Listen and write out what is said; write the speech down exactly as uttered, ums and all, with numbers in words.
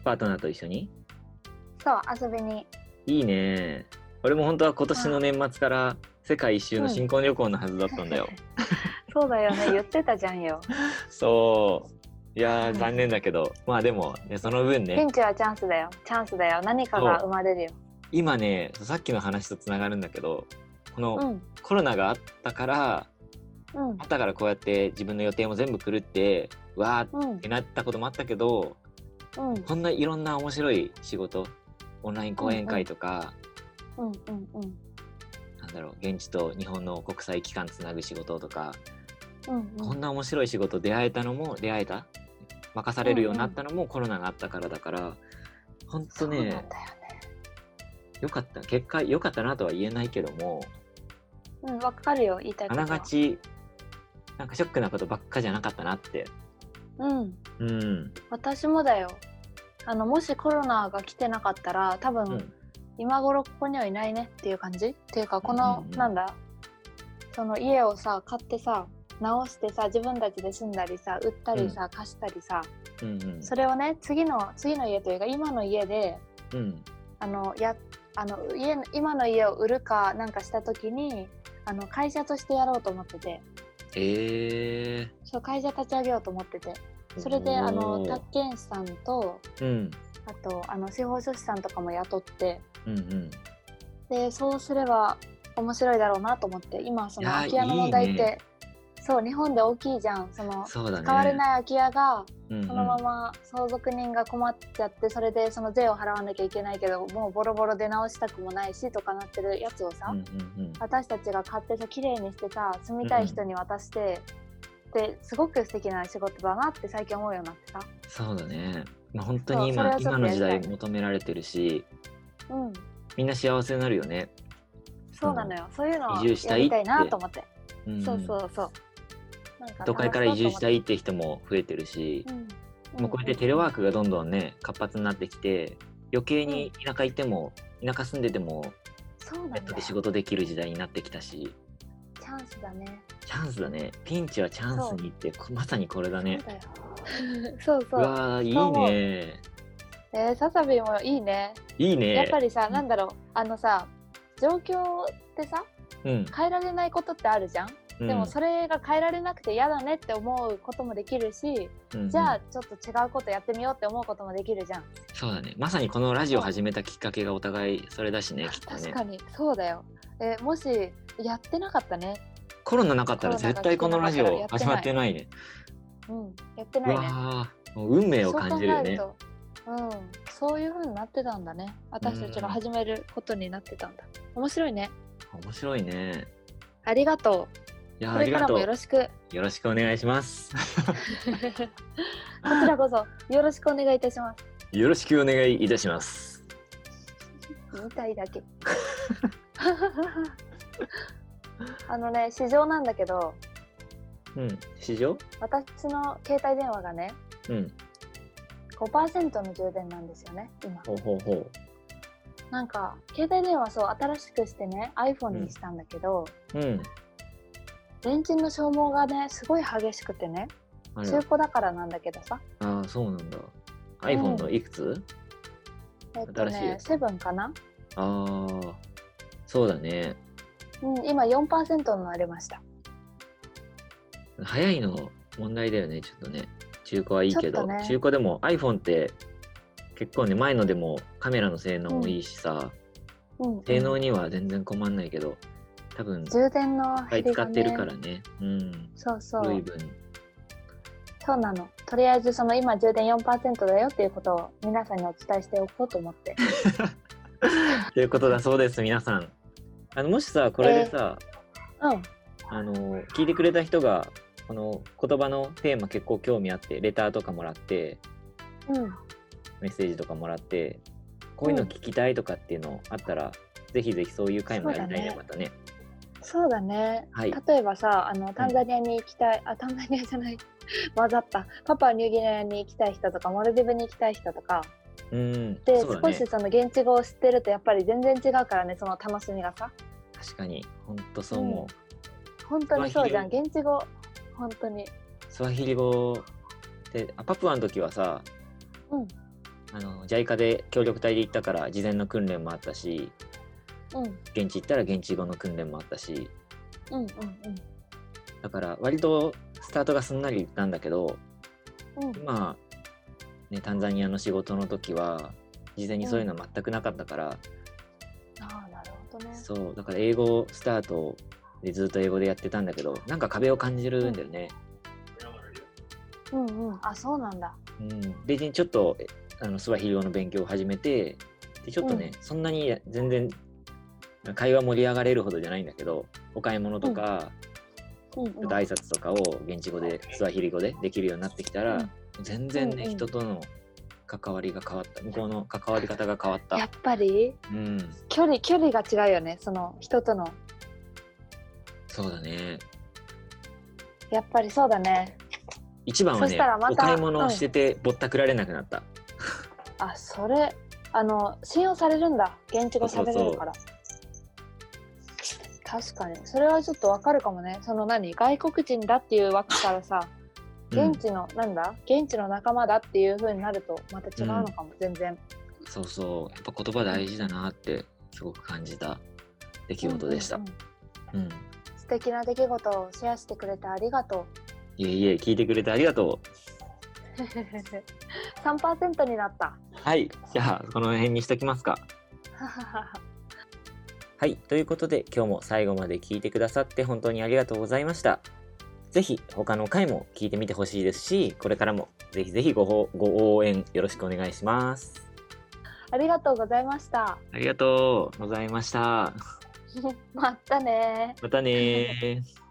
パートナーと一緒に？ そう遊びに。 いいね。俺も本当は今年の年末から世界一周の新婚旅行のはずだったんだよ、 うん、そうだよね、言ってたじゃんよ。 そういやー、 うん、 残念だけどまあでも、ね、その分ね、 ピンチはチャンスだよ、チャンスだよ、何かが生まれるよ。 今ね、さっきの話とつながるんだけど、この、 うん、 コロナがあったから、うん、あったからこうやって自分の予定も全部狂ってわーってなったこともあったけど、うん、こんないろんな面白い仕事、オンライン講演会とか、うんうんうん、なんだろう、現地と日本の国際機関つなぐ仕事とか、うんうん、こんな面白い仕事出会えたのも出会えた任されるようになったのもコロナがあったからだから、ほんとね、そうなんだよね。よかった、結果良かったなとは言えないけども、 うん、わかるよ、言いたいことは。 あながちなんかショックなことばっかじゃなかったなって。 うん、うん、私もだよ。あのもしコロナが来てなかったら多分、うん、今頃ここにはいないねっていう感じっていうか、この、うんうん、なんだその家をさ買ってさ直してさ自分たちで住んだりさ売ったりさ、うん、貸したりさ、うんうん、それをね次の次の家というか今の家で、うん、あのやあの家今の家を売るかなんかした時にあの会社としてやろうと思ってて、 えー、 そう会社立ち上げようと思ってて、それであの宅建士さんと、うん、あとあの司法書士さんとかも雇って、うんうん、でそうすれば面白いだろうなと思って。今その空き家の問題っていい、ね、そう日本で大きいじゃん。そのそ、ね、使われない空き家がそのまま相続人が困っちゃって、それでその税を払わなきゃいけないけどもうボロボロで直したくもないしとかなってるやつをさ、うんうんうん、私たちが買ってさ綺麗にしてさ住みたい人に渡して、うんうん、ですごく素敵な仕事だなって最近思うようになってさ。 そうだね、まあ、本当に 今, 今の時代求められてるし、うん、みんな幸せになるよね。 そうなのよ、そういうのをやりたいなと思って、うん、そうそうそう。 なんか都会から移住したいって人も増えてるし、うん、もうこうやってテレワークがどんどんね活発になってきて、余計に田舎行っても、うん、田舎住んでてもネットで仕事できる時代になってきたし、 チャンスだね。 チャンスだね。ピンチはチャンスにってまさにこれだね。 そうだよそうそう。 うわーいいね。 えー、ササビもいいね。 いいね。 やっぱりさ、なんだろう、あのさ状況ってさ、うん、変えられないことってあるじゃん、うん、でもそれが変えられなくて嫌だねって思うこともできるし、うんうん、じゃあちょっと違うことやってみようって思うこともできるじゃん。 そうだね、まさにこのラジオ始めたきっかけがお互いそれだしね、きっとね。 確かにそうだよ。えもしやってなかったね、 コロナなかったら絶対このラジオ始まってないね。 うん、やってないね。 うわもう運命を感じるよね。 そう考えると、うん、そういう風になってたんだね。私たちが始めることになってたんだ。面白いね。 面白いね。 ありがとう。 いやこれからもよろしく。 よろしくお願いします。こちらこそよろしくお願いいたします。 よろしくお願いいたします。 言いたいだけ。あのね、市場なんだけど。 うん、市場？ 私の携帯電話がね、うん、ごパーセントの充電なんですよね、今。 ほうほうほう。 なんか携帯電話そう新しくしてね iPhone にしたんだけど、うんうん、電池の消耗がねすごい激しくてね、中古だからなんだけどさ。 ああそうなんだ。 iPhone のいくつ？うん、 えっとねセブンかな。 ああそうだね、 うん、今 よんパーセント になりました。 早いの問題だよね、ちょっとね。中古はいいけど、ね、中古でも iPhone って結構ね前のでもカメラの性能もいいしさ、うんうん、性能には全然困んないけど、多分充電の減りがね使ってるからね、うん、 そうそう古い分。 そうなの。とりあえずその今充電 よんパーセント だよっていうことを皆さんにお伝えしておこうと思ってということだそうです。皆さんあのもしさこれでさ、 えー、うんあの聞いてくれた人がこの言葉のテーマ結構興味あってレターとかもらって、うん、メッセージとかもらってこういうの聞きたいとかっていうのあったら、うん、ぜひぜひそういう回もやりたいね、またね。 そうだね、 はい、 例えばさあのタンザニアに行きたい、うん、あタンザニアじゃない混ざったパパニューギニアに行きたい人とかモルディブに行きたい人とか、うん、で、ね、少しその現地語を知ってるとやっぱり全然違うからね、その楽しみがさ。 確かに本当そう思う、うん、 本当にそうじゃん。現地語本当にスワヒリ語ってあパプアの時はさ、うん、 あの ジャイカー で協力隊で行ったから事前の訓練もあったし、うん、現地行ったら現地語の訓練もあったし、うんうんうん、だから割とスタートがすんなりなんだけど、うん、今、ね、タンザニアの仕事の時は事前にそういうのは全くなかったから、うん、ああ、なるほどね。 そうだから英語スタートでずっと英語でやってたんだけど、なんか壁を感じるんだよね。 うん、うんうん、あ、そうなんだ。 うん、別にちょっとあのスワヒリ語の勉強を始めて、でちょっとね、うん、そんなに全然会話盛り上がれるほどじゃないんだけど、お買い物とか、うん、ちょっと挨拶とかを現地語でスワヒリ語でできるようになってきたら、うん、全然ね、うんうん、人との関わりが変わった、向こうの関わり方が変わった。 やっぱり、うん、距離距離が違うよね、その人との。 そうだね、 やっぱりそうだね。 一番はね、ま、お買い物をしててぼったくられなくなった、 うん、あ、それあの信用されるんだ、現地語喋れるから。そうそうそう、確かにそれはちょっとわかるかもね。その何、外国人だっていう枠からさ、現地の、うん、なんだ現地の仲間だっていう風になるとまた違うのかも、うん、全然。 そうそう、やっぱ言葉大事だなってすごく感じた出来事でした。うん、 うんうん、素敵な出来事をシェアしてくれてありがとう。 いえいえ、聞いてくれてありがとう。 さんパーセント になった。 はい、じゃあこの辺にしときますか。はい、ということで今日も最後まで聞いてくださって本当にありがとうございました。ぜひ他の回も聞いてみてほしいですし、これからもぜひぜひ ご, ご応援よろしくお願いします。 ありがとうございました。 ありがとうございました。 またね。 またね。